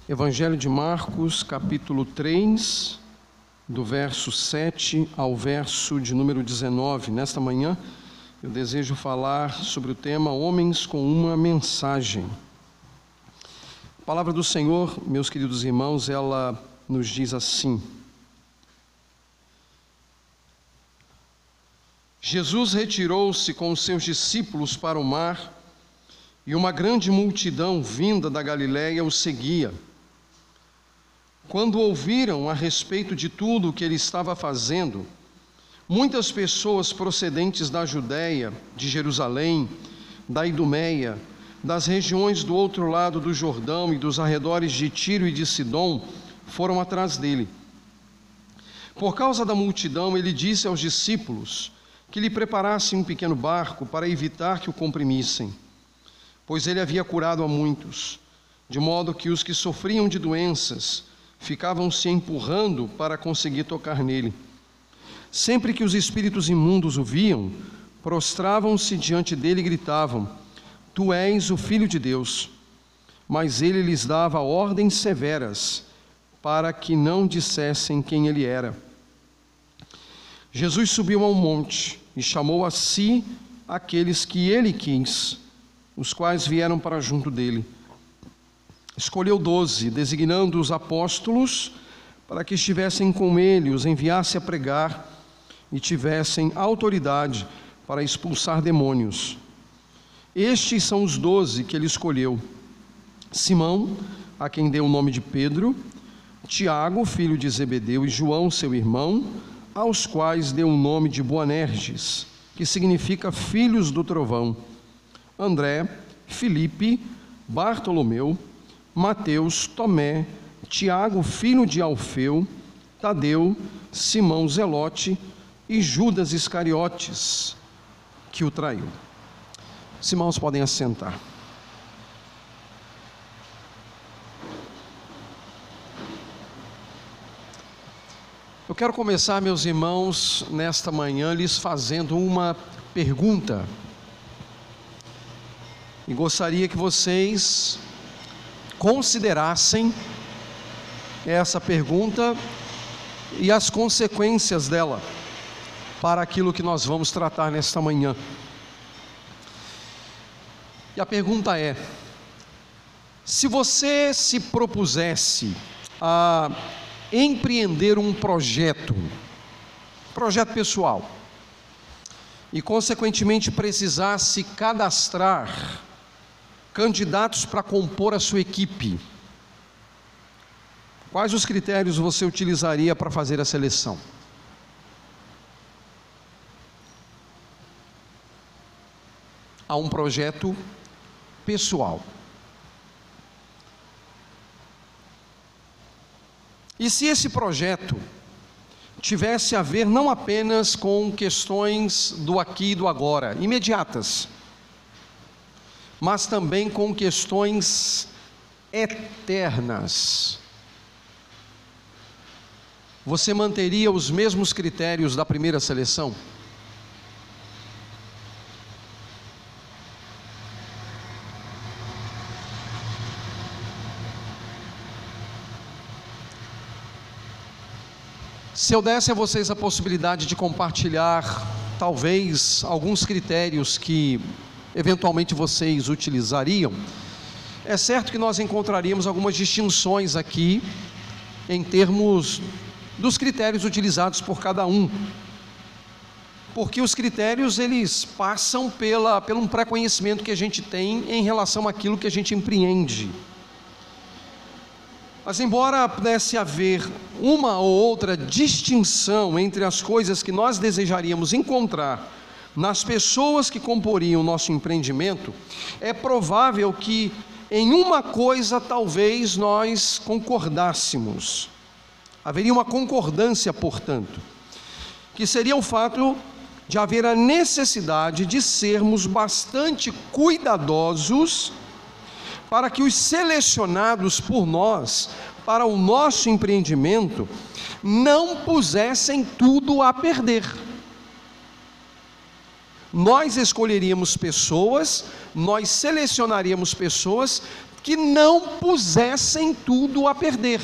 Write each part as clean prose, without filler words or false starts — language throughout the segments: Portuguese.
Evangelho de Marcos, capítulo 3, do verso 7 ao verso de número 19. Nesta manhã, eu desejo falar sobre o tema Homens com uma Mensagem. A palavra do Senhor, meus queridos irmãos, ela nos diz assim: Jesus retirou-se com os seus discípulos para o mar, e uma grande multidão vinda da Galiléia o seguia. Quando ouviram a respeito de tudo o que ele estava fazendo, muitas pessoas procedentes da Judéia, de Jerusalém, da Idumeia, das regiões do outro lado do Jordão e dos arredores de Tiro e de Sidom, foram atrás dele. Por causa da multidão, ele disse aos discípulos que lhe preparassem um pequeno barco para evitar que o comprimissem, pois ele havia curado a muitos, de modo que os que sofriam de doenças ficavam se empurrando para conseguir tocar nele. Sempre que os espíritos imundos o viam, prostravam-se diante dele e gritavam: Tu és o Filho de Deus. Mas ele lhes dava ordens severas para que não dissessem quem ele era. Jesus subiu a um monte e chamou a si aqueles que ele quis, os quais vieram para junto dele. Escolheu 12, designando os apóstolos para que estivessem com ele, os enviasse a pregar e tivessem autoridade para expulsar demônios. Estes são os 12 que ele escolheu: Simão, a quem deu o nome de Pedro, Tiago, filho de Zebedeu, e João, seu irmão, aos quais deu o nome de Boanerges, que significa filhos do trovão, André, Filipe, Bartolomeu, Mateus, Tomé, Tiago, filho de Alfeu, Tadeu, Simão Zelote e Judas Iscariotes, que o traiu. Os irmãos podem assentar. Eu quero começar, meus irmãos, nesta manhã, lhes fazendo uma pergunta. E gostaria que vocês considerassem essa pergunta e as consequências dela para aquilo que nós vamos tratar nesta manhã. E a pergunta é: se você se propusesse a empreender um projeto pessoal, e consequentemente precisasse cadastrar candidatos para compor a sua equipe, quais os critérios você utilizaria para fazer a seleção? Há um projeto pessoal. E se esse projeto tivesse a ver não apenas com questões do aqui e do agora, imediatas, mas também com questões eternas, você manteria os mesmos critérios da primeira seleção? Se eu desse a vocês a possibilidade de compartilhar, talvez, alguns critérios que eventualmente vocês utilizariam, é certo que nós encontraríamos algumas distinções aqui em termos dos critérios utilizados por cada um, porque os critérios eles passam pelo pré-conhecimento que a gente tem em relação àquilo que a gente empreende. Mas embora pudesse haver uma ou outra distinção entre as coisas que nós desejaríamos encontrar nas pessoas que comporiam o nosso empreendimento, é provável que em uma coisa talvez nós concordássemos. Haveria uma concordância, portanto, que seria o fato de haver a necessidade de sermos bastante cuidadosos para que os selecionados por nós para o nosso empreendimento não pusessem tudo a perder. Nós escolheríamos pessoas, nós selecionaríamos pessoas que não pusessem tudo a perder,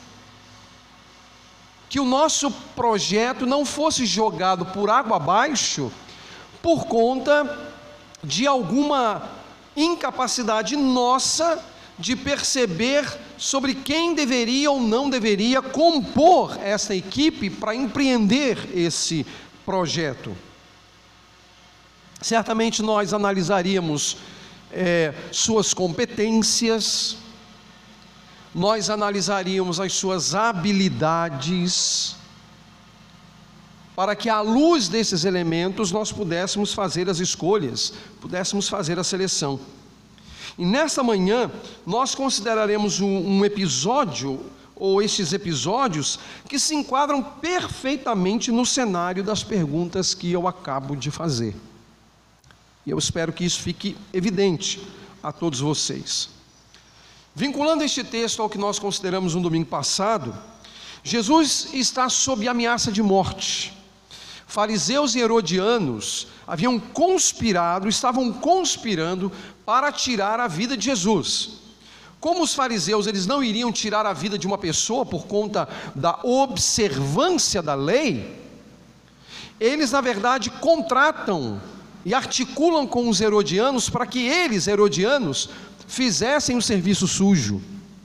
que o nosso projeto não fosse jogado por água abaixo por conta de alguma incapacidade nossa de perceber sobre quem deveria ou não deveria compor essa equipe para empreender esse projeto. Certamente nós analisaríamos suas competências, nós analisaríamos as suas habilidades, para que à luz desses elementos nós pudéssemos fazer as escolhas, pudéssemos fazer a seleção. E nesta manhã nós consideraremos um episódio, ou estes episódios, que se enquadram perfeitamente no cenário das perguntas que eu acabo de fazer. E eu espero que isso fique evidente a todos vocês. Vinculando este texto ao que nós consideramos no domingo passado, Jesus está sob ameaça de morte. Fariseus e herodianos estavam conspirando para tirar a vida de Jesus. Como os fariseus, eles não iriam tirar a vida de uma pessoa por conta da observância da lei, eles na verdade contratam e articulam com os herodianos para que eles, herodianos, fizessem o serviço sujo,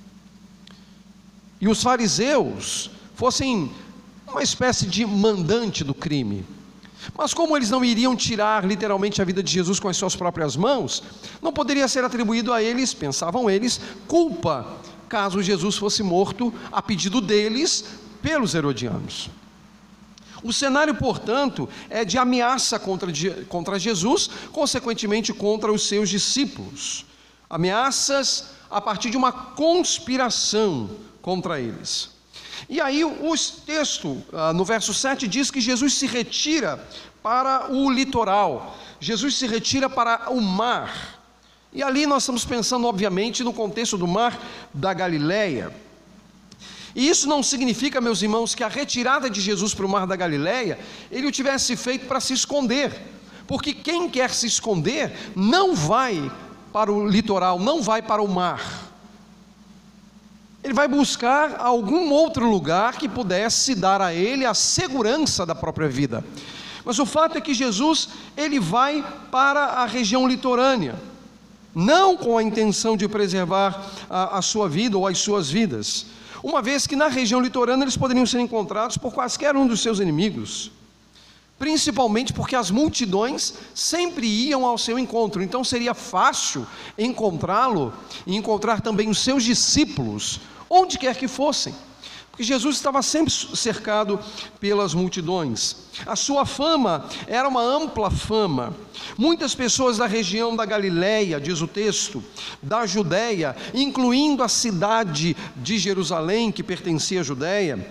e os fariseus fossem uma espécie de mandante do crime. Mas como eles não iriam tirar literalmente a vida de Jesus com as suas próprias mãos, não poderia ser atribuído a eles, pensavam eles, culpa, caso Jesus fosse morto a pedido deles pelos herodianos. O cenário, portanto, é de ameaça contra Jesus, consequentemente contra os seus discípulos. Ameaças a partir de uma conspiração contra eles. E aí o texto, no verso 7, diz que Jesus se retira para o litoral, Jesus se retira para o mar. E ali nós estamos pensando, obviamente, no contexto do mar da Galileia. E isso não significa, meus irmãos, que a retirada de Jesus para o mar da Galileia, ele o tivesse feito para se esconder, porque quem quer se esconder não vai para o litoral, não vai para o mar. Ele vai buscar algum outro lugar que pudesse dar a ele a segurança da própria vida. Mas o fato é que Jesus, ele vai para a região litorânea, não com a intenção de preservar a sua vida ou as suas vidas, uma vez que na região litorânea eles poderiam ser encontrados por quaisquer um dos seus inimigos, principalmente porque as multidões sempre iam ao seu encontro, então seria fácil encontrá-lo e encontrar também os seus discípulos, onde quer que fossem, porque Jesus estava sempre cercado pelas multidões. A sua fama era uma ampla fama. Muitas pessoas da região da Galileia, diz o texto, da Judéia, incluindo a cidade de Jerusalém, que pertencia à Judéia,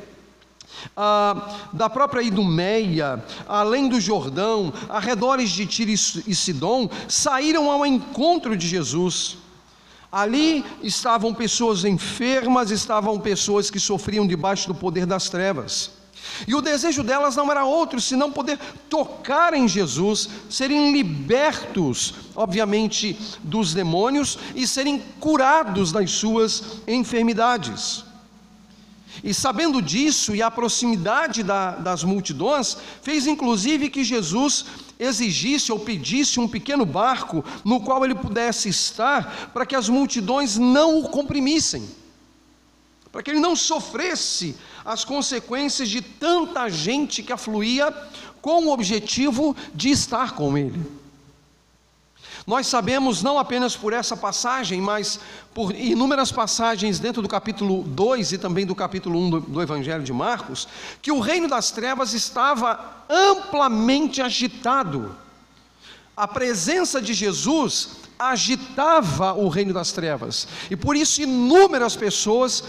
da própria Idumeia, além do Jordão, arredores de Tiro e Sidom, saíram ao encontro de Jesus. Ali estavam pessoas enfermas, estavam pessoas que sofriam debaixo do poder das trevas, e o desejo delas não era outro senão poder tocar em Jesus, serem libertos, obviamente, dos demônios e serem curados das suas enfermidades. E sabendo disso, e a proximidade das multidões, fez inclusive que Jesus exigisse ou pedisse um pequeno barco no qual ele pudesse estar, para que as multidões não o comprimissem, para que ele não sofresse as consequências de tanta gente que afluía com o objetivo de estar com ele. Nós sabemos, não apenas por essa passagem, mas por inúmeras passagens dentro do capítulo 2 e também do capítulo 1 do Evangelho de Marcos, que o reino das trevas estava amplamente agitado. A presença de Jesus agitava o reino das trevas, e por isso inúmeras pessoas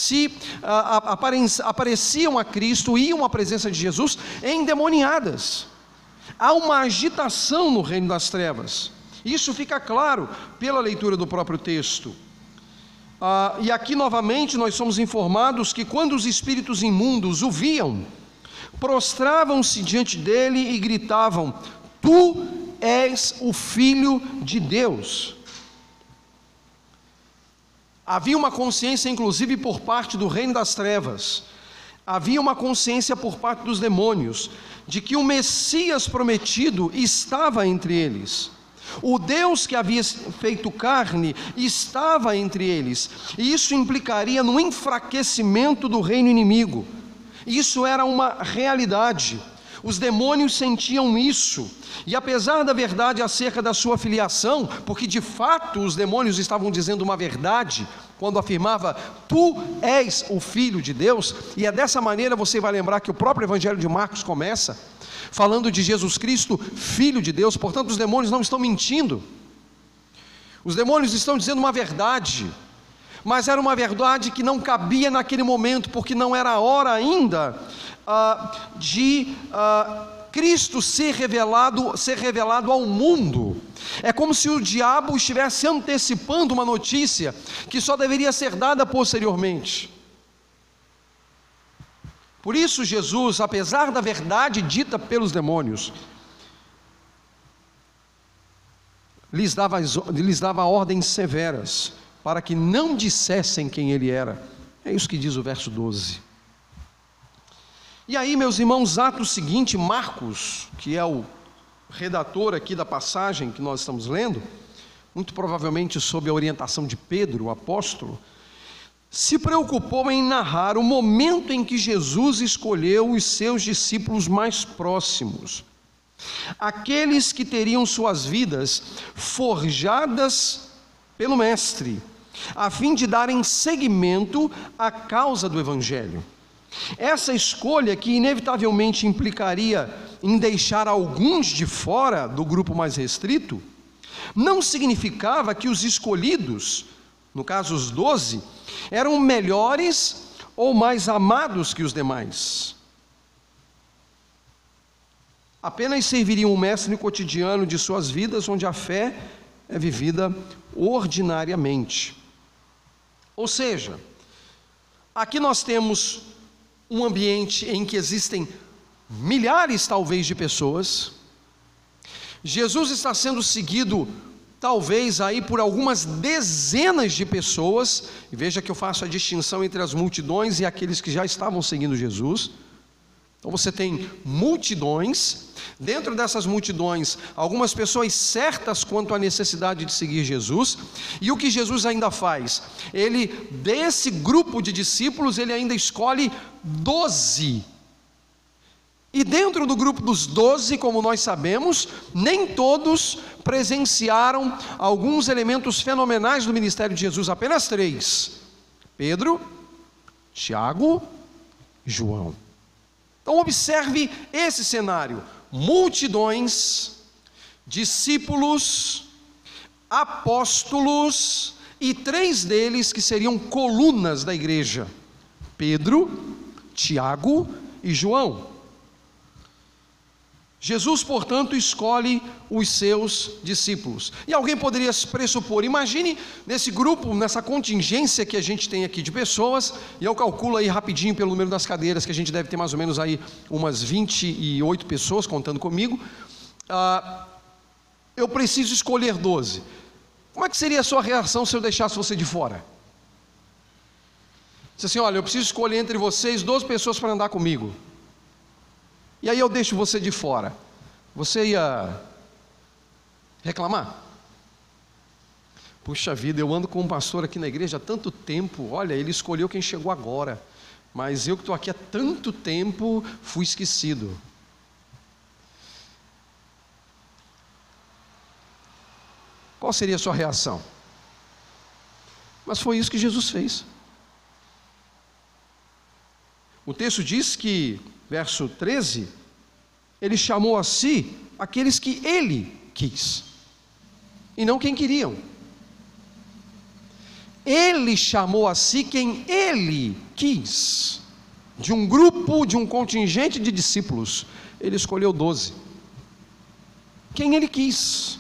apareciam a Cristo, iam à presença de Jesus endemoniadas. Há uma agitação no reino das trevas. Isso fica claro pela leitura do próprio texto. E aqui novamente nós somos informados que quando os espíritos imundos o viam, prostravam-se diante dele e gritavam: Tu és o Filho de Deus. Havia uma consciência, inclusive, por parte do reino das trevas. Havia uma consciência por parte dos demônios, de que o Messias prometido estava entre eles. O Deus que havia feito carne estava entre eles. E isso implicaria no enfraquecimento do reino inimigo. Isso era uma realidade. Os demônios sentiam isso. E apesar da verdade acerca da sua filiação, porque de fato os demônios estavam dizendo uma verdade, quando afirmava, tu és o Filho de Deus, e é dessa maneira você vai lembrar que o próprio Evangelho de Marcos começa, falando de Jesus Cristo, Filho de Deus. Portanto, os demônios não estão mentindo. Os demônios estão dizendo uma verdade, mas era uma verdade que não cabia naquele momento, porque não era a hora ainda de Cristo ser revelado ao mundo. É como se o diabo estivesse antecipando uma notícia que só deveria ser dada posteriormente. Por isso Jesus, apesar da verdade dita pelos demônios, lhes dava ordens severas, para que não dissessem quem ele era. É isso que diz o verso 12. E aí, meus irmãos, ato seguinte, Marcos, que é o redator aqui da passagem que nós estamos lendo, muito provavelmente sob a orientação de Pedro, o apóstolo, se preocupou em narrar o momento em que Jesus escolheu os seus discípulos mais próximos, aqueles que teriam suas vidas forjadas pelo Mestre, a fim de darem seguimento à causa do Evangelho. Essa escolha, que inevitavelmente implicaria em deixar alguns de fora do grupo mais restrito, não significava que os escolhidos, no caso os 12, eram melhores ou mais amados que os demais. Apenas serviriam o mestre cotidiano de suas vidas, onde a fé é vivida ordinariamente. Ou seja, aqui nós temos um ambiente em que existem milhares, talvez, de pessoas. Jesus está sendo seguido, talvez, aí por algumas dezenas de pessoas. E veja que eu faço a distinção entre as multidões e aqueles que já estavam seguindo Jesus. Então você tem multidões. Dentro dessas multidões, algumas pessoas certas quanto à necessidade de seguir Jesus. E o que Jesus ainda faz? Ele, desse grupo de discípulos, ele ainda escolhe 12. E dentro do grupo dos 12, como nós sabemos, nem todos presenciaram alguns elementos fenomenais do ministério de Jesus, apenas 3: Pedro, Tiago e João. Então observe esse cenário: multidões, discípulos, apóstolos e 3 deles que seriam colunas da igreja: Pedro, Tiago e João. Jesus, portanto, escolhe os seus discípulos. E alguém poderia pressupor, imagine nesse grupo, nessa contingência que a gente tem aqui de pessoas, e eu calculo aí rapidinho pelo número das cadeiras, que a gente deve ter mais ou menos aí umas 28 pessoas, contando comigo. Eu preciso escolher 12. Como é que seria a sua reação se eu deixasse você de fora? Diz assim: olha, eu preciso escolher entre vocês 12 pessoas para andar comigo. E aí eu deixo você de fora. Você ia reclamar? Puxa vida, eu ando com um pastor aqui na igreja há tanto tempo. Olha, ele escolheu quem chegou agora. Mas eu que estou aqui há tanto tempo, fui esquecido. Qual seria a sua reação? Mas foi isso que Jesus fez. O texto diz que, verso 13, ele chamou a si aqueles que ele quis, e não quem queriam. Ele chamou a si quem ele quis. De um grupo, de um contingente de discípulos, ele escolheu 12. Quem ele quis.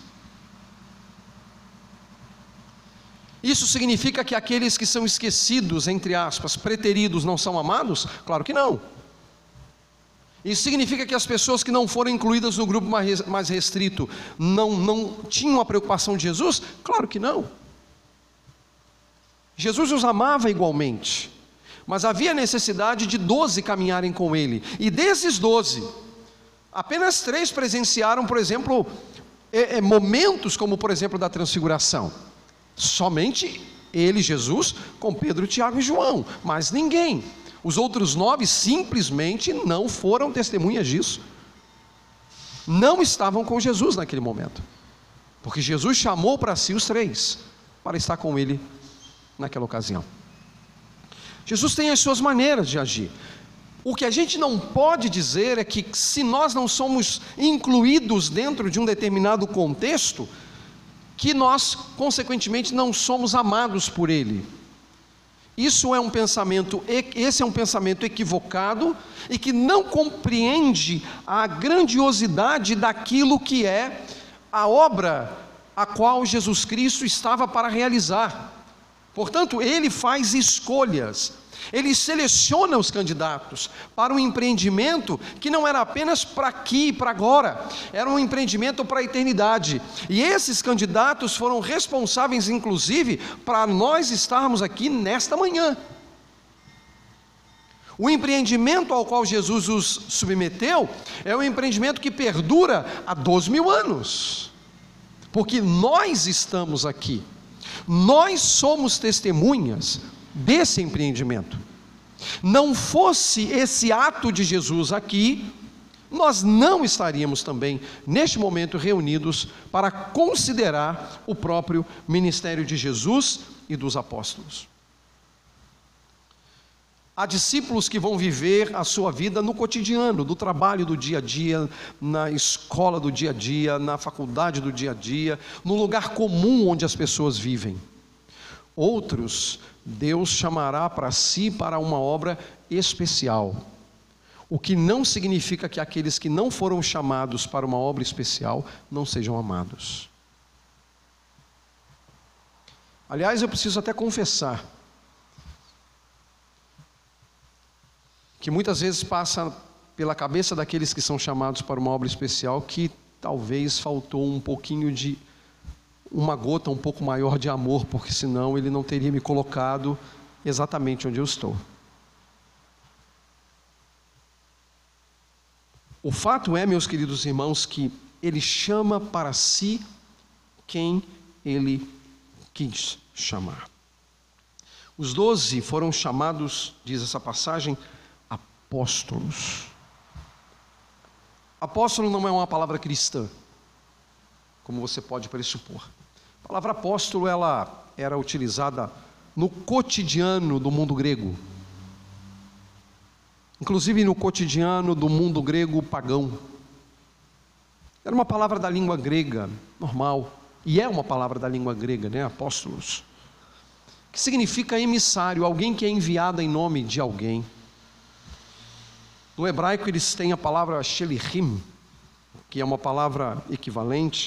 Isso significa que aqueles que são esquecidos, entre aspas, preteridos, não são amados? Claro que não. Isso significa que as pessoas que não foram incluídas no grupo mais restrito não tinham a preocupação de Jesus? Claro que não. Jesus os amava igualmente, mas havia necessidade de 12 caminharem com ele, e desses 12, apenas 3 presenciaram, por exemplo, momentos como, por exemplo, da transfiguração. Somente ele, Jesus, com Pedro, Tiago e João, mas ninguém. Os outros 9 simplesmente não foram testemunhas disso. Não estavam com Jesus naquele momento, porque Jesus chamou para si os 3, para estar com ele naquela ocasião. Jesus tem as suas maneiras de agir. O que a gente não pode dizer é que, se nós não somos incluídos dentro de um determinado contexto, que nós, consequentemente, não somos amados por Ele. Esse é um pensamento equivocado e que não compreende a grandiosidade daquilo que é a obra a qual Jesus Cristo estava para realizar. Portanto, Ele faz escolhas, Ele seleciona os candidatos para um empreendimento que não era apenas para aqui e para agora, era um empreendimento para a eternidade, e esses candidatos foram responsáveis, inclusive, para nós estarmos aqui nesta manhã. O empreendimento ao qual Jesus os submeteu é um empreendimento que perdura há 12.000 anos, porque nós estamos aqui. Nós somos testemunhas desse empreendimento. Não fosse esse ato de Jesus aqui, nós não estaríamos também, neste momento, reunidos para considerar o próprio ministério de Jesus e dos apóstolos. Há discípulos que vão viver a sua vida no cotidiano, do trabalho do dia a dia, na escola do dia a dia, na faculdade do dia a dia, no lugar comum onde as pessoas vivem. Outros, Deus chamará para si para uma obra especial, o que não significa que aqueles que não foram chamados para uma obra especial não sejam amados. Aliás, eu preciso até confessar que muitas vezes passa pela cabeça daqueles que são chamados para uma obra especial que talvez faltou um pouquinho de, uma gota um pouco maior de amor, porque senão Ele não teria me colocado exatamente onde eu estou. O fato é, meus queridos irmãos, que Ele chama para si quem Ele quis chamar. Os 12 foram chamados, diz essa passagem, apóstolos. Apóstolo não é uma palavra cristã, como você pode pressupor. A palavra apóstolo, ela era utilizada no cotidiano do mundo grego, inclusive no cotidiano do mundo grego pagão. Era uma palavra da língua grega normal, e é uma palavra da língua grega, né? Apóstolos, que significa emissário, alguém que é enviado em nome de alguém. No hebraico eles têm a palavra shelihim, que é uma palavra equivalente.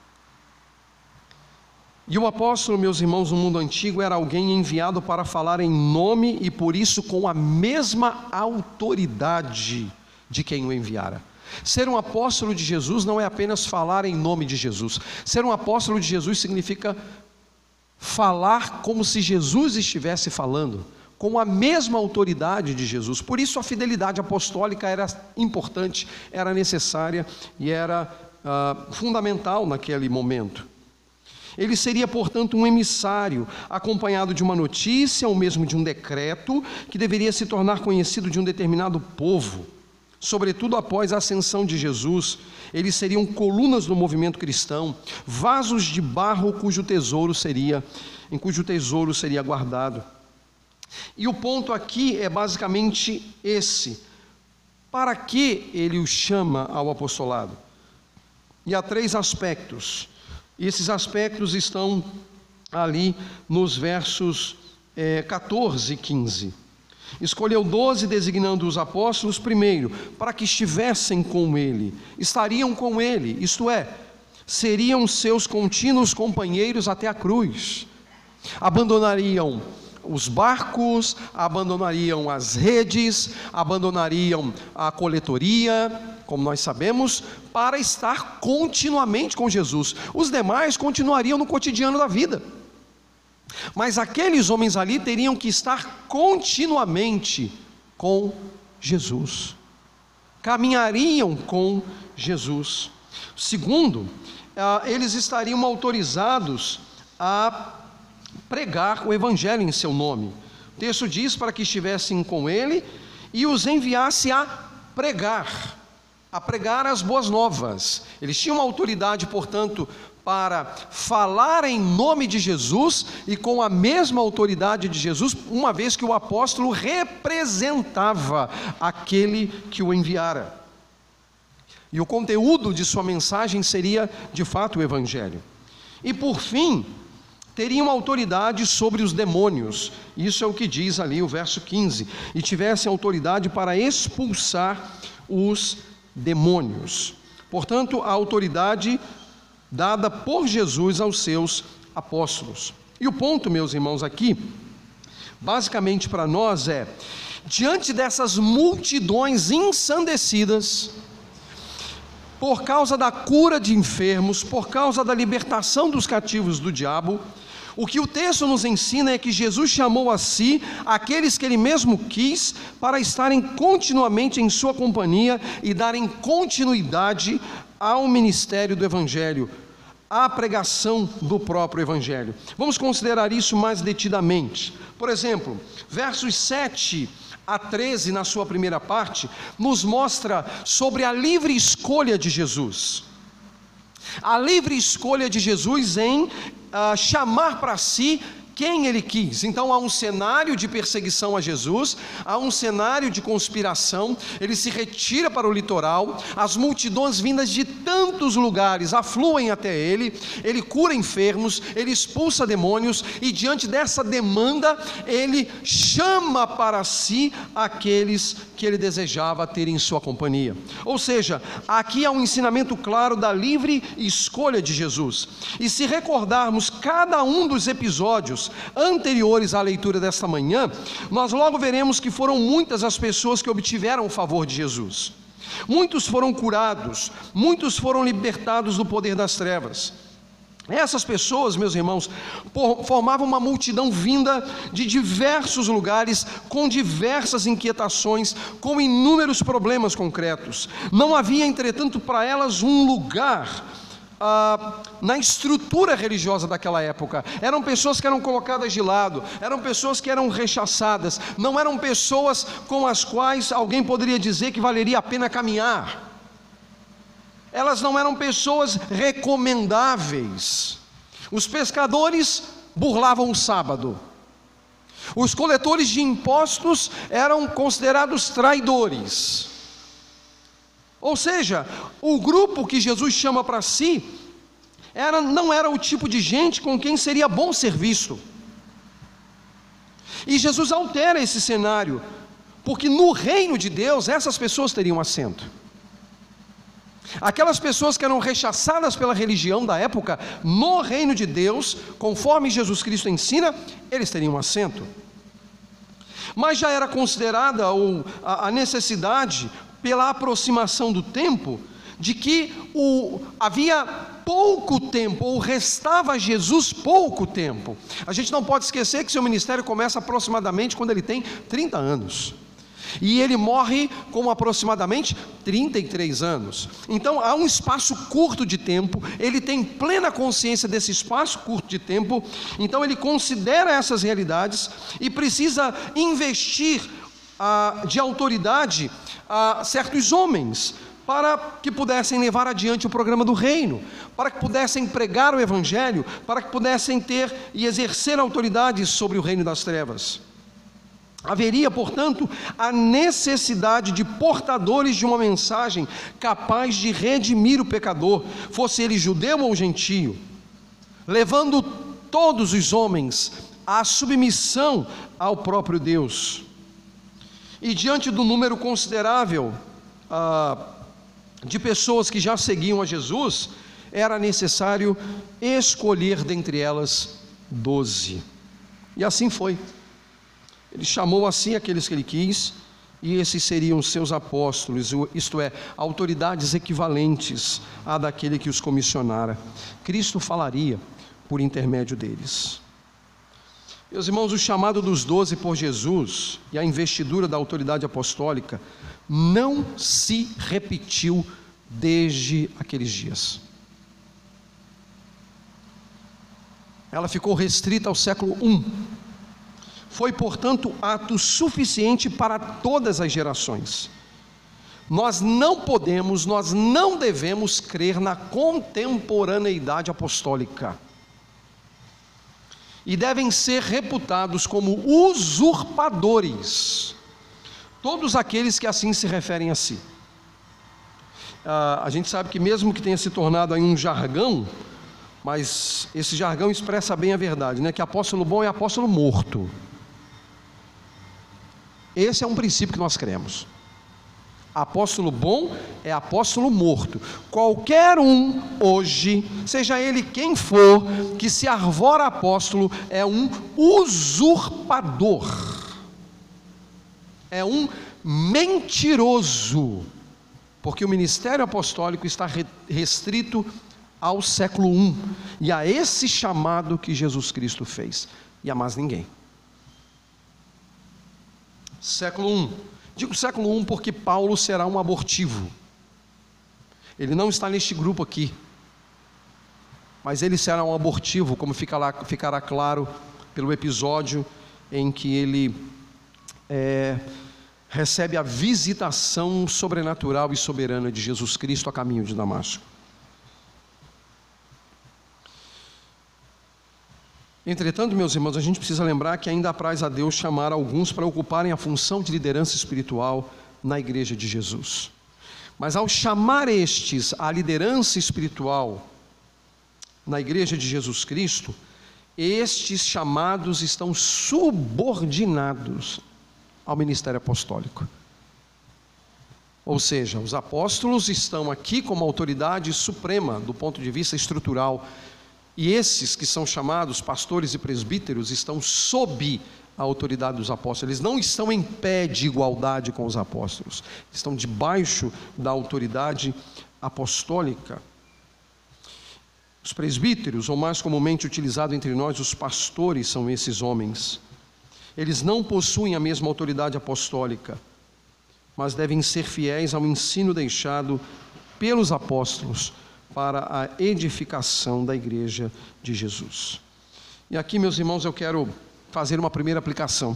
E o apóstolo, meus irmãos, no mundo antigo era alguém enviado para falar em nome e por isso com a mesma autoridade de quem o enviara. Ser um apóstolo de Jesus não é apenas falar em nome de Jesus. Ser um apóstolo de Jesus significa falar como se Jesus estivesse falando, com a mesma autoridade de Jesus. Por isso a fidelidade apostólica era importante, era necessária e era fundamental naquele momento. Ele seria, portanto, um emissário, acompanhado de uma notícia ou mesmo de um decreto que deveria se tornar conhecido de um determinado povo. Sobretudo após a ascensão de Jesus, eles seriam colunas do movimento cristão, vasos de barro em cujo tesouro seria guardado. E o ponto aqui é basicamente esse: para que ele o chama ao apostolado? E há 3 aspectos, e esses aspectos estão ali nos versos 14 e 15. Escolheu 12, designando os apóstolos, primeiro, para que estivessem com ele, estariam com ele, isto é, seriam seus contínuos companheiros até a cruz, abandonariam os barcos, abandonariam as redes, abandonariam a coletoria, como nós sabemos, para estar continuamente com Jesus. Os demais continuariam no cotidiano da vida. Mas aqueles homens ali teriam que estar continuamente com Jesus, caminhariam com Jesus. Segundo, eles estariam autorizados a pregar o evangelho em seu nome. O texto diz para que estivessem com ele e os enviasse a pregar as boas novas. Eles tinham autoridade, portanto, para falar em nome de Jesus e com a mesma autoridade de Jesus, uma vez que o apóstolo representava aquele que o enviara. E o conteúdo de sua mensagem seria, de fato, o evangelho. E por fim, teriam autoridade sobre os demônios. Isso é o que diz ali o verso 15. E tivessem autoridade para expulsar os demônios. Portanto, a autoridade dada por Jesus aos seus apóstolos. E o ponto, meus irmãos, aqui, basicamente para nós diante dessas multidões ensandecidas, por causa da cura de enfermos, por causa da libertação dos cativos do diabo, o que o texto nos ensina é que Jesus chamou a si aqueles que ele mesmo quis para estarem continuamente em sua companhia e darem continuidade ao ministério do evangelho, à pregação do próprio evangelho. Vamos considerar isso mais detidamente. Por exemplo, versos 7 a 13, na sua primeira parte, nos mostra sobre a livre escolha de Jesus. A livre escolha de Jesus em chamar para si quem ele quis. Então há um cenário de perseguição a Jesus, há um cenário de conspiração, ele se retira para o litoral, as multidões vindas de tantos lugares afluem até ele, ele cura enfermos, ele expulsa demônios, e diante dessa demanda, ele chama para si aqueles que ele desejava ter em sua companhia. Ou seja, aqui há um ensinamento claro da livre escolha de Jesus. E se recordarmos cada um dos episódios anteriores à leitura desta manhã, nós logo veremos que foram muitas as pessoas que obtiveram o favor de Jesus. Muitos foram curados, muitos foram libertados do poder das trevas. Essas pessoas, meus irmãos, formavam uma multidão vinda de diversos lugares, com diversas inquietações, com inúmeros problemas concretos. Não havia, entretanto, para elas um lugar na estrutura religiosa daquela época. Eram pessoas que eram colocadas de lado, eram pessoas que eram rechaçadas, não eram pessoas com as quais alguém poderia dizer que valeria a pena caminhar. Elas não eram pessoas recomendáveis. Os pescadores burlavam o sábado. Os coletores de impostos eram considerados traidores. Ou seja, o grupo que Jesus chama para si não era o tipo de gente com quem seria bom ser visto. E Jesus altera esse cenário, porque no reino de Deus essas pessoas teriam assento. Aquelas pessoas que eram rechaçadas pela religião da época, no reino de Deus, conforme Jesus Cristo ensina, eles teriam assento. Mas já era considerada a necessidade, pela aproximação do tempo, de que havia pouco tempo, ou restava a Jesus pouco tempo. A gente não pode esquecer que seu ministério começa aproximadamente quando ele tem 30 anos. E ele morre com aproximadamente 33 anos. Então há um espaço curto de tempo, ele tem plena consciência desse espaço curto de tempo, então ele considera essas realidades e precisa investir de autoridade a certos homens, para que pudessem levar adiante o programa do reino, para que pudessem pregar o evangelho, para que pudessem ter e exercer autoridade sobre o reino das trevas. Haveria, portanto, a necessidade de portadores de uma mensagem capaz de redimir o pecador, fosse ele judeu ou gentio, levando todos os homens à submissão ao próprio Deus. E diante do número considerável de pessoas que já seguiam a Jesus, era necessário escolher dentre elas 12. E assim foi. Ele chamou assim aqueles que ele quis, e esses seriam os seus apóstolos, isto é, autoridades equivalentes à daquele que os comissionara. Cristo falaria por intermédio deles. Meus irmãos, o chamado dos 12 por Jesus e a investidura da autoridade apostólica não se repetiu desde aqueles dias. Ela ficou restrita ao século I. Foi, portanto, ato suficiente para todas as gerações. Nós não podemos, nós não devemos crer na contemporaneidade apostólica. E devem ser reputados como usurpadores todos aqueles que assim se referem a si. A gente sabe que mesmo que tenha se tornado aí um jargão, mas esse jargão expressa bem a verdade, né? Que apóstolo bom é apóstolo morto. Esse é um princípio que nós cremos. Apóstolo bom é apóstolo morto. Qualquer um hoje, seja ele quem for, que se arvora apóstolo, é um usurpador, é um mentiroso, porque o ministério apostólico está restrito ao século I, e a esse chamado que Jesus Cristo fez, e a mais ninguém. Século I. Digo século I porque Paulo será um abortivo. Ele não está neste grupo aqui, mas ele será um abortivo, como ficará claro pelo episódio em que ele recebe a visitação sobrenatural e soberana de Jesus Cristo a caminho de Damasco. Entretanto, meus irmãos, a gente precisa lembrar que ainda apraz a Deus chamar alguns para ocuparem a função de liderança espiritual na igreja de Jesus. Mas ao chamar estes à liderança espiritual na igreja de Jesus Cristo, estes chamados estão subordinados ao ministério apostólico. Ou seja, os apóstolos estão aqui como autoridade suprema do ponto de vista estrutural, e esses que são chamados pastores e presbíteros estão sob a autoridade dos apóstolos. Eles não estão em pé de igualdade com os apóstolos, estão debaixo da autoridade apostólica. Os presbíteros, ou mais comumente utilizado entre nós, os pastores, são esses homens. Eles não possuem a mesma autoridade apostólica, mas devem ser fiéis ao ensino deixado pelos apóstolos para a edificação da igreja de Jesus. E aqui, meus irmãos, eu quero fazer uma primeira aplicação.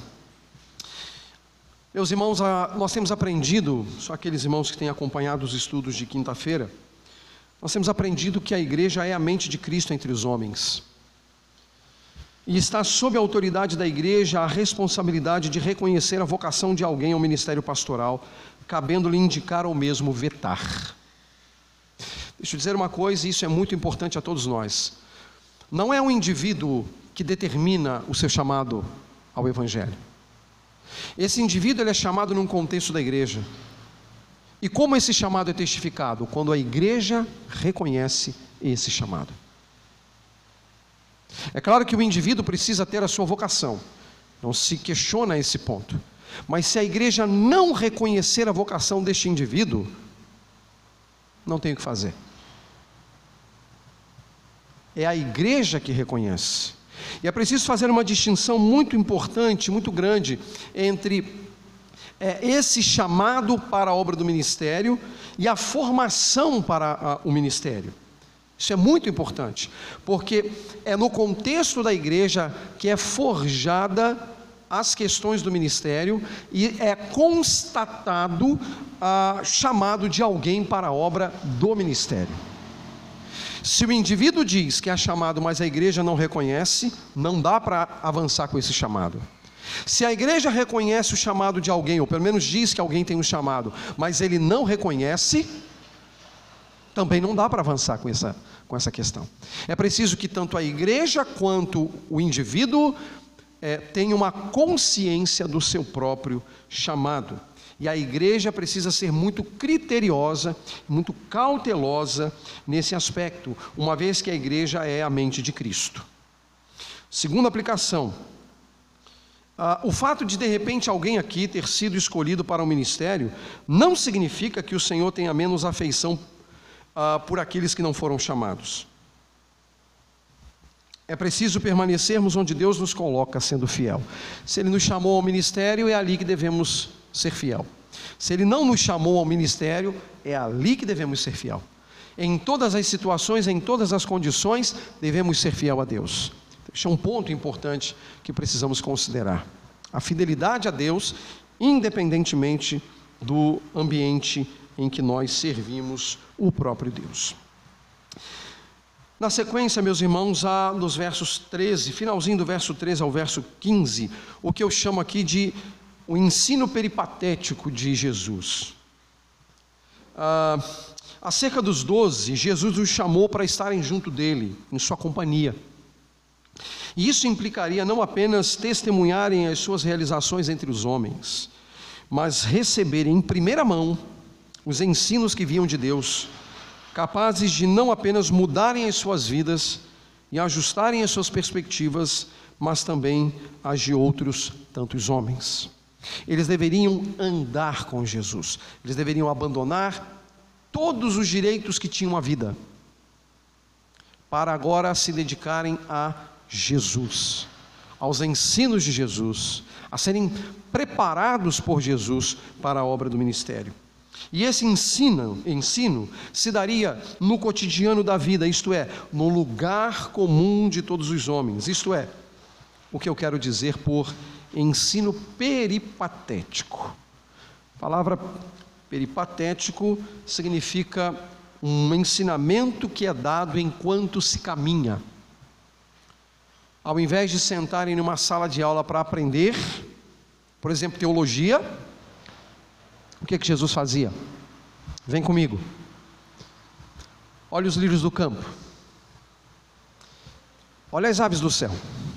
Meus irmãos, nós temos aprendido, só aqueles irmãos que têm acompanhado os estudos de quinta-feira, nós temos aprendido que a igreja é a mente de Cristo entre os homens. E está sob a autoridade da igreja a responsabilidade de reconhecer a vocação de alguém ao ministério pastoral, cabendo-lhe indicar ou mesmo vetar. Deixa eu dizer uma coisa, e isso é muito importante a todos nós. Não é um indivíduo que determina o seu chamado ao Evangelho. Esse indivíduo ele é chamado num contexto da igreja. E como esse chamado é testificado? Quando a igreja reconhece esse chamado. É claro que o indivíduo precisa ter a sua vocação, não se questiona esse ponto. Mas se a igreja não reconhecer a vocação deste indivíduo, não tem o que fazer. É a igreja que reconhece. E é preciso fazer uma distinção muito importante, muito grande, entre esse chamado para a obra do ministério e a formação para o ministério. Isso é muito importante, porque é no contexto da igreja que é forjada as questões do ministério e é constatado chamado de alguém para a obra do ministério. Se o indivíduo diz que é chamado, mas a igreja não reconhece, não dá para avançar com esse chamado. Se a igreja reconhece o chamado de alguém, ou pelo menos diz que alguém tem um chamado, mas ele não reconhece, também não dá para avançar com essa questão. É preciso que tanto a igreja quanto o indivíduo tenha uma consciência do seu próprio chamado. E a igreja precisa ser muito criteriosa, muito cautelosa nesse aspecto, uma vez que a igreja é a mente de Cristo. Segunda aplicação. O fato de repente alguém aqui ter sido escolhido para o ministério, não significa que o Senhor tenha menos afeição por aqueles que não foram chamados. É preciso permanecermos onde Deus nos coloca, sendo fiel. Se Ele nos chamou ao ministério, é ali que devemos ser fiel. Se Ele não nos chamou ao ministério, é ali que devemos ser fiel. Em todas as situações, em todas as condições, devemos ser fiel a Deus. Este é um ponto importante que precisamos considerar. A fidelidade a Deus, independentemente do ambiente em que nós servimos o próprio Deus. Na sequência, meus irmãos, há nos versos 13, finalzinho do verso 13 ao verso 15, o que eu chamo aqui de o ensino peripatético de Jesus. Acerca dos 12, Jesus os chamou para estarem junto dele, em sua companhia. E isso implicaria não apenas testemunharem as suas realizações entre os homens, mas receberem em primeira mão os ensinos que vinham de Deus, capazes de não apenas mudarem as suas vidas e ajustarem as suas perspectivas, mas também as de outros tantos homens. Eles deveriam andar com Jesus, eles deveriam abandonar todos os direitos que tinham à vida, para agora se dedicarem a Jesus, aos ensinos de Jesus, a serem preparados por Jesus para a obra do ministério. E esse ensino se daria no cotidiano da vida, isto é, no lugar comum de todos os homens, isto é, o que eu quero dizer por ensino peripatético. A palavra peripatético significa um ensinamento que é dado enquanto se caminha. Ao invés de sentarem numa sala de aula para aprender, por exemplo, teologia, o que Jesus fazia? Vem comigo. Olha os lírios do campo. Olha as aves do céu.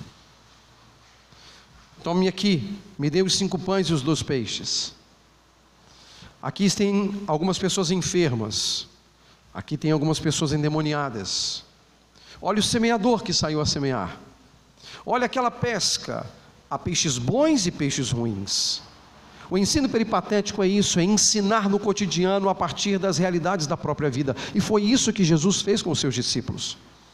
Tome aqui, me dê os 5 pães e os 2 peixes. Aqui tem algumas pessoas enfermas. Aqui tem algumas pessoas endemoniadas. Olha o semeador que saiu a semear. Olha aquela pesca. Há peixes bons e peixes ruins. O ensino peripatético é isso, é ensinar no cotidiano a partir das realidades da própria vida. E foi isso que Jesus fez com os seus discípulos.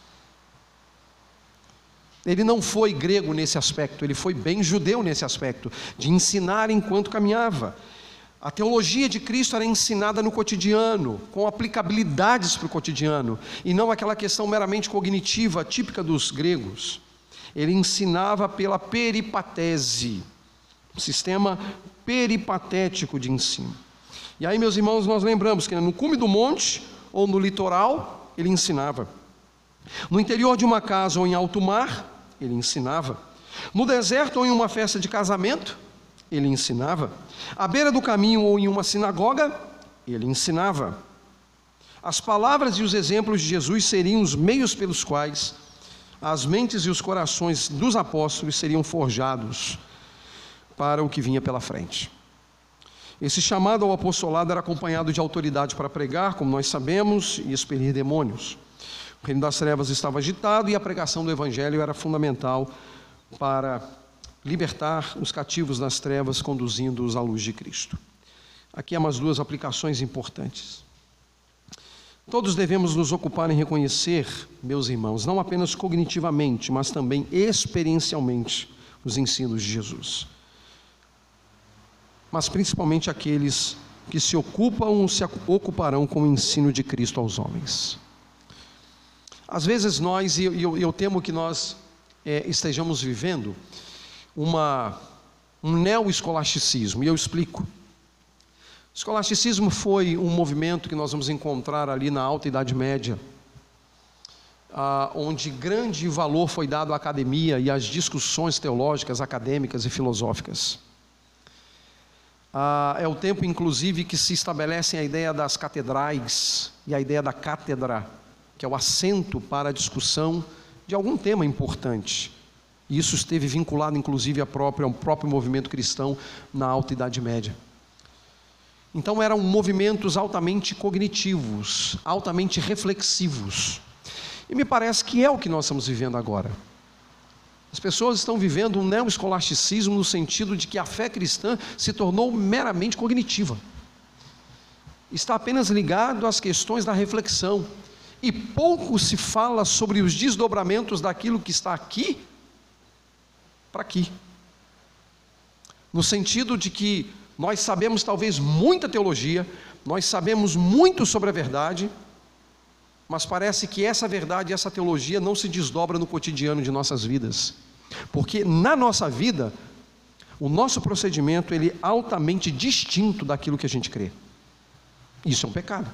Ele não foi grego nesse aspecto, ele foi bem judeu nesse aspecto, de ensinar enquanto caminhava. A teologia de Cristo era ensinada no cotidiano, com aplicabilidades para o cotidiano, e não aquela questão meramente cognitiva, típica dos gregos. Ele ensinava pela peripatese, um sistema peripatético de ensino. E aí, meus irmãos, nós lembramos que no cume do monte, ou no litoral, ele ensinava. No interior de uma casa ou em alto mar, ele ensinava. No deserto ou em uma festa de casamento, ele ensinava. À beira do caminho ou em uma sinagoga, ele ensinava. As palavras e os exemplos de Jesus seriam os meios pelos quais as mentes e os corações dos apóstolos seriam forjados para o que vinha pela frente. Esse chamado ao apostolado era acompanhado de autoridade para pregar, como nós sabemos, e expelir demônios. O reino das trevas estava agitado e a pregação do evangelho era fundamental para libertar os cativos das trevas, conduzindo-os à luz de Cristo. Aqui há umas 2 aplicações importantes. Todos devemos nos ocupar em reconhecer, meus irmãos, não apenas cognitivamente, mas também experiencialmente, os ensinos de Jesus. Mas principalmente aqueles que se ocupam ou se ocuparão com o ensino de Cristo aos homens. Às vezes nós, e eu temo que nós estejamos vivendo um neo-escolasticismo, e eu explico. O escolasticismo foi um movimento que nós vamos encontrar ali na Alta Idade Média, onde grande valor foi dado à academia e às discussões teológicas, acadêmicas e filosóficas. É o tempo, inclusive, que se estabelece a ideia das catedrais e a ideia da cátedra, que é o assento para a discussão de algum tema importante. E isso esteve vinculado, inclusive, ao próprio movimento cristão na Alta Idade Média. Então eram movimentos altamente cognitivos, altamente reflexivos. E me parece que é o que nós estamos vivendo agora. As pessoas estão vivendo um neo-escolasticismo no sentido de que a fé cristã se tornou meramente cognitiva. Está apenas ligado às questões da reflexão. e pouco se fala sobre os desdobramentos daquilo que está aqui para aqui. No sentido de que nós sabemos talvez muita teologia, nós sabemos muito sobre a verdade, mas parece que essa verdade, essa teologia não se desdobra no cotidiano de nossas vidas. Porque na nossa vida, o nosso procedimento ele é altamente distinto daquilo que a gente crê. Isso é um pecado.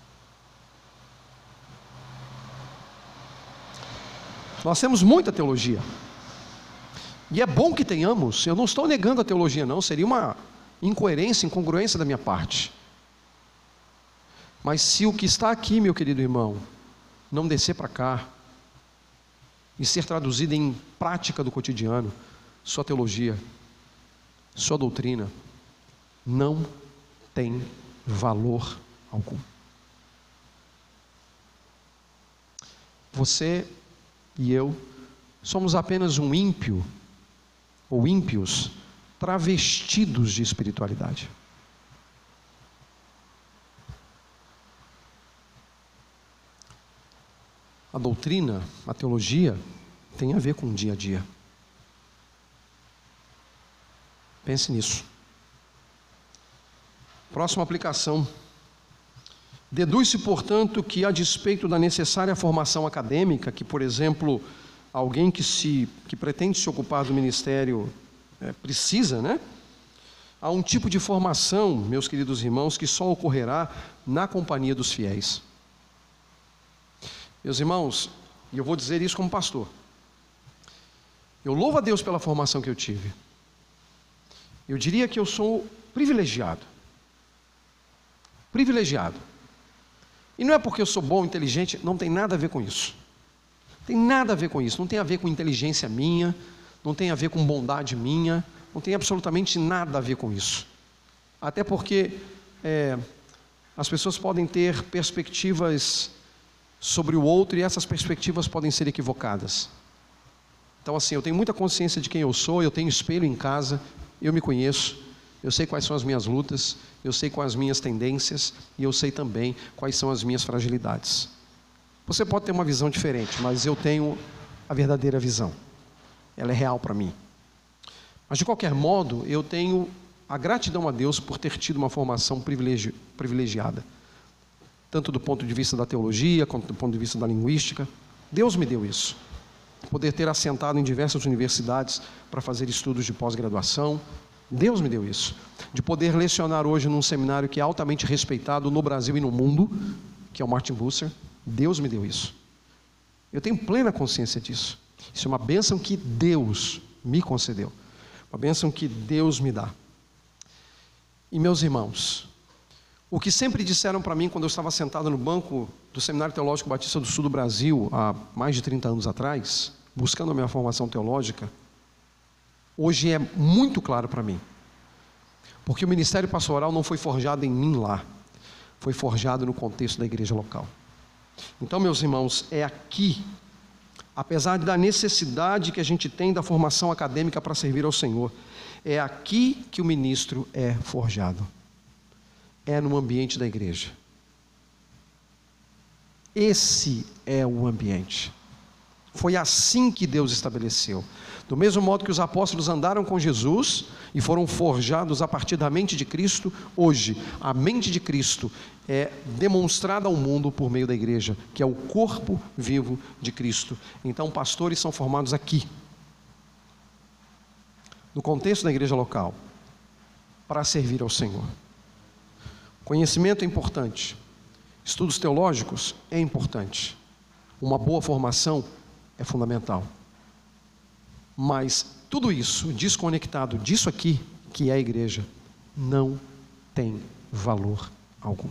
Nós temos muita teologia. E é bom que tenhamos. Eu não estou negando a teologia, não. Seria uma incoerência, incongruência da minha parte. Mas se o que está aqui, meu querido irmão, não descer para cá e ser traduzido em prática do cotidiano, sua teologia, sua doutrina, não tem valor algum. Você e eu somos apenas um ímpio, ou ímpios, travestidos de espiritualidade. A doutrina, a teologia, tem a ver com o dia a dia. Pense nisso. Próxima aplicação. Deduz-se, portanto, que a despeito da necessária formação acadêmica, que, por exemplo, alguém que pretende se ocupar do ministério precisa, né? Há um tipo de formação, meus queridos irmãos, que só ocorrerá na companhia dos fiéis. Meus irmãos, e eu vou dizer isso como pastor, eu louvo a Deus pela formação que eu tive. Eu diria que eu sou privilegiado. Privilegiado. E não é porque eu sou bom, inteligente, não tem nada a ver com isso. Tem nada a ver com isso, não tem a ver com inteligência minha, não tem a ver com bondade minha, não tem absolutamente nada a ver com isso. Até porque as pessoas podem ter perspectivas sobre o outro e essas perspectivas podem ser equivocadas. Então assim, eu tenho muita consciência de quem eu sou, eu tenho espelho em casa, eu me conheço, eu sei quais são as minhas lutas, eu sei quais as minhas tendências e eu sei também quais são as minhas fragilidades. Você pode ter uma visão diferente, mas eu tenho a verdadeira visão. Ela é real para mim. Mas de qualquer modo, eu tenho a gratidão a Deus por ter tido uma formação privilegiada. Tanto do ponto de vista da teologia, quanto do ponto de vista da linguística. Deus me deu isso. Poder ter assentado em diversas universidades para fazer estudos de pós-graduação. Deus me deu isso. De poder lecionar hoje num seminário que é altamente respeitado no Brasil e no mundo, que é o Martin Bucer. Deus me deu isso. Eu tenho plena consciência disso. Isso é uma bênção que Deus me concedeu. Uma bênção que Deus me dá. E meus irmãos, o que sempre disseram para mim quando eu estava sentado no banco do Seminário Teológico Batista do Sul do Brasil, há mais de 30 anos atrás, buscando a minha formação teológica, hoje é muito claro para mim. Porque o ministério pastoral não foi forjado em mim lá, foi forjado no contexto da igreja local. Então, meus irmãos, é aqui, apesar da necessidade que a gente tem da formação acadêmica para servir ao Senhor, é aqui que o ministro é forjado. É no ambiente da igreja. Esse é o ambiente. Foi assim que Deus estabeleceu. Do mesmo modo que os apóstolos andaram com Jesus e foram forjados a partir da mente de Cristo, hoje a mente de Cristo é demonstrada ao mundo por meio da igreja, que é o corpo vivo de Cristo. Então, pastores são formados aqui, no contexto da igreja local, para servir ao Senhor. Conhecimento é importante, estudos teológicos é importante, uma boa formação é fundamental. Mas tudo isso, desconectado disso aqui, que é a igreja, não tem valor algum.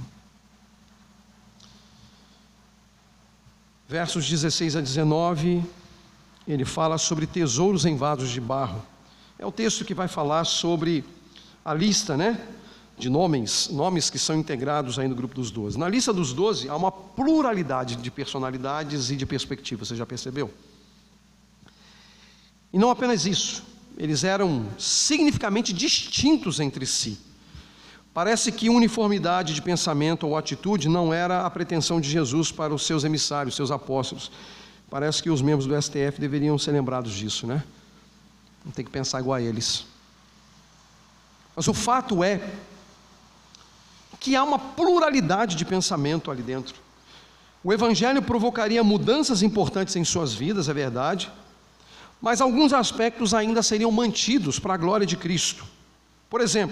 Versos 16 a 19, ele fala sobre tesouros em vasos de barro. É o texto que vai falar sobre a lista, né? De nomes que são integrados aí no grupo dos 12. Na lista dos 12 há uma pluralidade de personalidades e de perspectivas, você já percebeu? E não apenas isso, eles eram significativamente distintos entre si. Parece que uniformidade de pensamento ou atitude não era a pretensão de Jesus para os seus emissários, seus apóstolos. Parece que os membros do STF deveriam ser lembrados disso, né? Não tem que pensar igual a eles. Mas o fato é que há uma pluralidade de pensamento ali dentro. O Evangelho provocaria mudanças importantes em suas vidas, é verdade, mas alguns aspectos ainda seriam mantidos para a glória de Cristo. Por exemplo,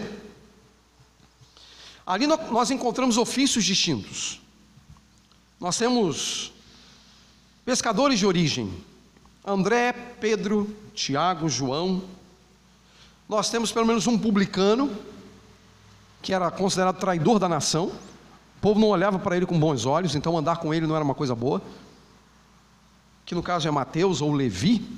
ali nós encontramos ofícios distintos. Nós temos pescadores de origem: André, Pedro, Tiago, João. Nós temos pelo menos um publicano, que era considerado traidor da nação. O povo não olhava para ele com bons olhos, então andar com ele não era uma coisa boa. Que no caso é Mateus ou Levi.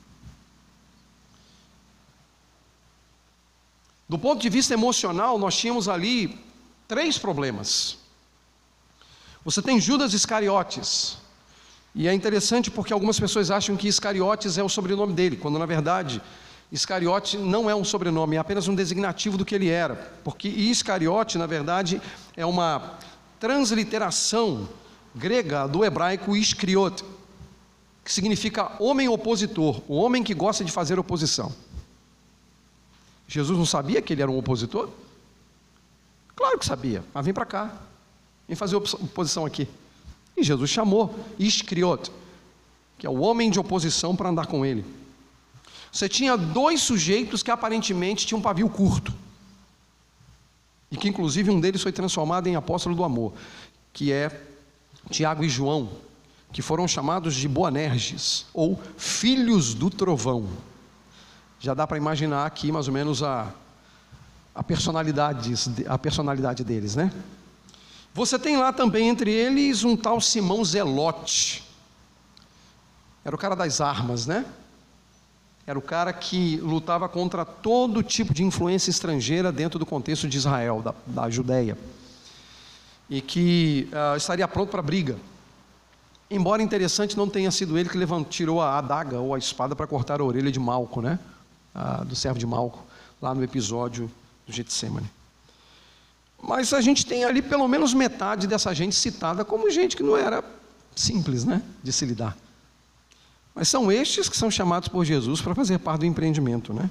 Do ponto de vista emocional, nós tínhamos ali 3 problemas. Você tem Judas Iscariotes, e é interessante porque algumas pessoas acham que Iscariotes é o sobrenome dele, quando na verdade Iscariote não é um sobrenome, é apenas um designativo do que ele era, porque Iscariote na verdade é uma transliteração grega do hebraico Iscriot, que significa homem opositor, o homem que gosta de fazer oposição. Jesus não sabia que ele era um opositor? Claro que sabia, mas vem para cá, vem fazer oposição aqui. E Jesus chamou Iscriot, que é o homem de oposição, para andar com ele. Você tinha 2 sujeitos que aparentemente tinham um pavio curto, e que inclusive um deles foi transformado em apóstolo do amor, que é Tiago e João, que foram chamados de Boanerges, ou filhos do trovão. Já dá para imaginar aqui mais ou menos a personalidade deles, né? Você tem lá também entre eles um tal Simão Zelote. Era o cara das armas, né? Era o cara que lutava contra todo tipo de influência estrangeira dentro do contexto de Israel, da Judeia. E que estaria pronto para a briga. Embora interessante, não tenha sido ele que tirou a adaga ou a espada para cortar a orelha de Malco, né? Do servo de Malco, lá no episódio do Getsêmani. Mas a gente tem ali pelo menos metade dessa gente citada como gente que não era simples, né, de se lidar. Mas são estes que são chamados por Jesus para fazer parte do empreendimento, né?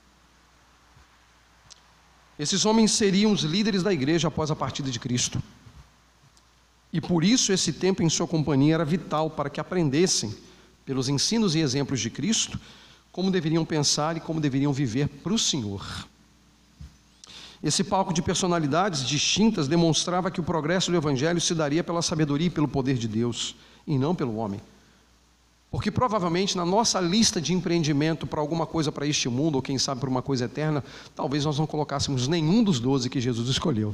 Esses homens seriam os líderes da igreja após a partida de Cristo. E por isso esse tempo em sua companhia era vital para que aprendessem, pelos ensinos e exemplos de Cristo, como deveriam pensar e como deveriam viver para o Senhor. Esse palco de personalidades distintas demonstrava que o progresso do Evangelho se daria pela sabedoria e pelo poder de Deus, e não pelo homem. Porque provavelmente na nossa lista de empreendimento para alguma coisa para este mundo, ou quem sabe para uma coisa eterna, talvez nós não colocássemos nenhum dos 12 que Jesus escolheu.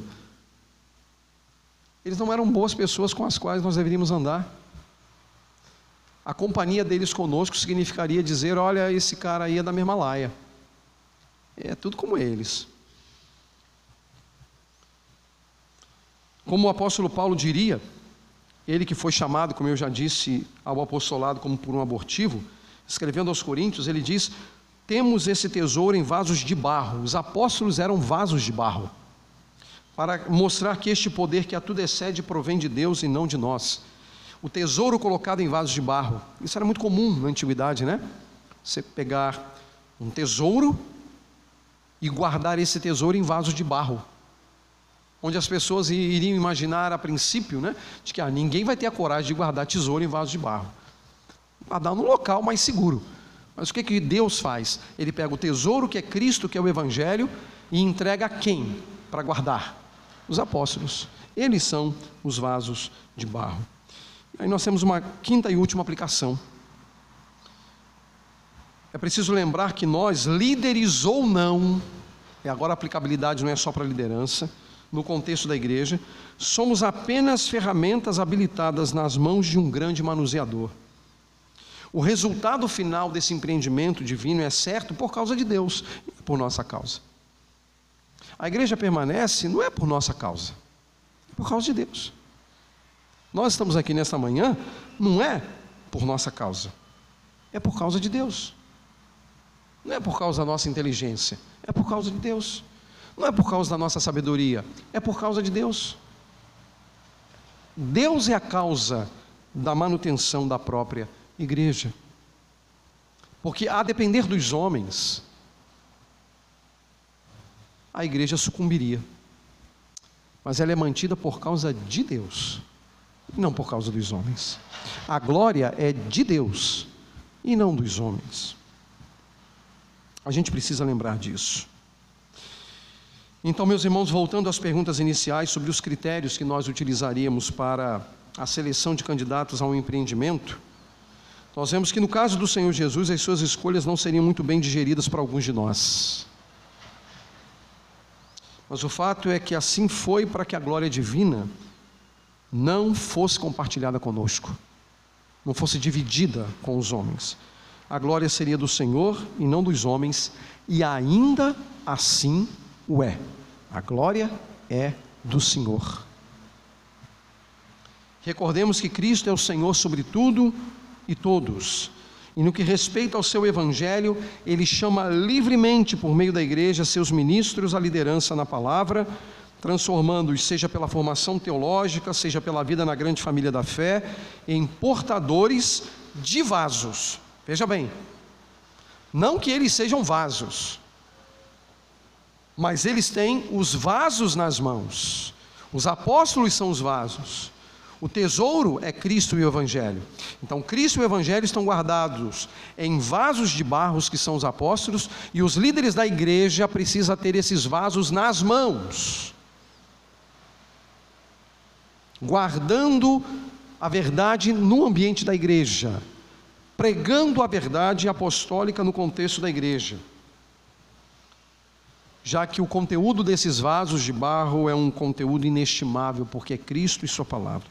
Eles não eram boas pessoas com as quais nós deveríamos andar. A companhia deles conosco significaria dizer: olha, esse cara aí é da mesma laia, é tudo como eles. Como o apóstolo Paulo diria, ele que foi chamado, como eu já disse, ao apostolado como por um abortivo, escrevendo aos Coríntios, ele diz: temos esse tesouro em vasos de barro. Os apóstolos eram vasos de barro, para mostrar que este poder que a tudo excede provém de Deus e não de nós. O tesouro colocado em vasos de barro, isso era muito comum na antiguidade, né? Você pegar um tesouro e guardar esse tesouro em vasos de barro, onde as pessoas iriam imaginar a princípio, né, de que ninguém vai ter a coragem de guardar tesouro em vasos de barro. Guardar num local mais seguro. Mas o que Deus faz? Ele pega o tesouro que é Cristo, que é o Evangelho, e entrega a quem para guardar? Os apóstolos. Eles são os vasos de barro. Aí nós temos uma quinta e última aplicação. É preciso lembrar que nós, líderes ou não, e agora a aplicabilidade não é só para a liderança, no contexto da igreja, somos apenas ferramentas habilitadas nas mãos de um grande manuseador. O resultado final desse empreendimento divino é certo por causa de Deus, e não por nossa causa. A igreja permanece não é por nossa causa, é por causa de Deus. Nós estamos aqui nesta manhã, não é por nossa causa, é por causa de Deus. Não é por causa da nossa inteligência, é por causa de Deus. Não é por causa da nossa sabedoria, é por causa de Deus. Deus é a causa da manutenção da própria igreja. Porque, a depender dos homens, a igreja sucumbiria. Mas ela é mantida por causa de Deus, não por causa dos homens. A glória é de Deus e não dos homens. A gente precisa lembrar disso. Então, meus irmãos, voltando às perguntas iniciais sobre os critérios que nós utilizaríamos para a seleção de candidatos a um empreendimento, nós vemos que no caso do Senhor Jesus, as suas escolhas não seriam muito bem digeridas para alguns de nós. Mas o fato é que assim foi para que a glória divina não fosse compartilhada conosco, não fosse dividida com os homens. A glória seria do Senhor e não dos homens, e ainda assim o é. A glória é do Senhor. Recordemos que Cristo é o Senhor sobre tudo e todos. E no que respeita ao seu evangelho, ele chama livremente, por meio da igreja, seus ministros à liderança na palavra, transformando-os, seja pela formação teológica, seja pela vida na grande família da fé, em portadores de vasos. Veja bem, não que eles sejam vasos, mas eles têm os vasos nas mãos. Os apóstolos são os vasos. O tesouro é Cristo e o Evangelho. Então, Cristo e o Evangelho estão guardados em vasos de barros, que são os apóstolos, e os líderes da igreja precisam ter esses vasos nas mãos, guardando a verdade no ambiente da igreja, pregando a verdade apostólica no contexto da igreja, já que o conteúdo desses vasos de barro é um conteúdo inestimável, porque é Cristo e sua palavra.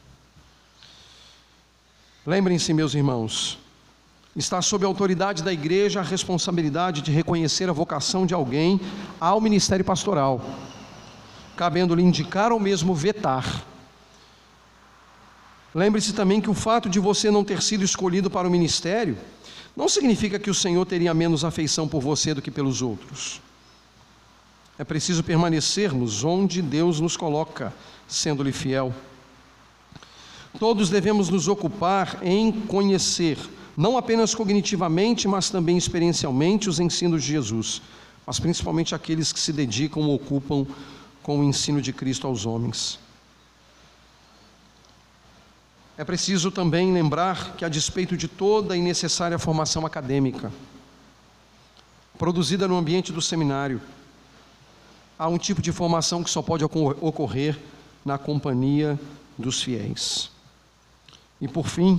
Lembrem-se, meus irmãos, está sob a autoridade da igreja a responsabilidade de reconhecer a vocação de alguém ao ministério pastoral, cabendo-lhe indicar ou mesmo vetar. Lembre-se também que o fato de você não ter sido escolhido para o ministério não significa que o Senhor teria menos afeição por você do que pelos outros. É preciso permanecermos onde Deus nos coloca, sendo-lhe fiel. Todos devemos nos ocupar em conhecer, não apenas cognitivamente, mas também experiencialmente, os ensinos de Jesus, mas principalmente aqueles que se dedicam ou ocupam com o ensino de Cristo aos homens. É preciso também lembrar que, a despeito de toda a necessária formação acadêmica, produzida no ambiente do seminário, há um tipo de formação que só pode ocorrer na companhia dos fiéis. E por fim,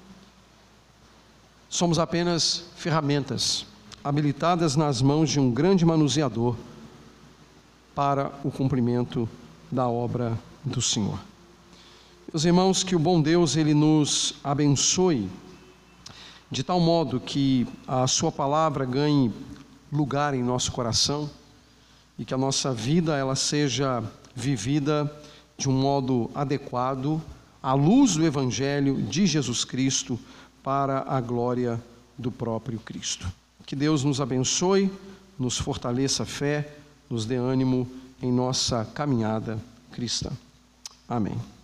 somos apenas ferramentas habilitadas nas mãos de um grande manuseador para o cumprimento da obra do Senhor. Meus irmãos, que o bom Deus, Ele nos abençoe de tal modo que a sua palavra ganhe lugar em nosso coração e que a nossa vida ela seja vivida de um modo adequado à luz do Evangelho de Jesus Cristo para a glória do próprio Cristo. Que Deus nos abençoe, nos fortaleça a fé, nos dê ânimo em nossa caminhada cristã. Amém.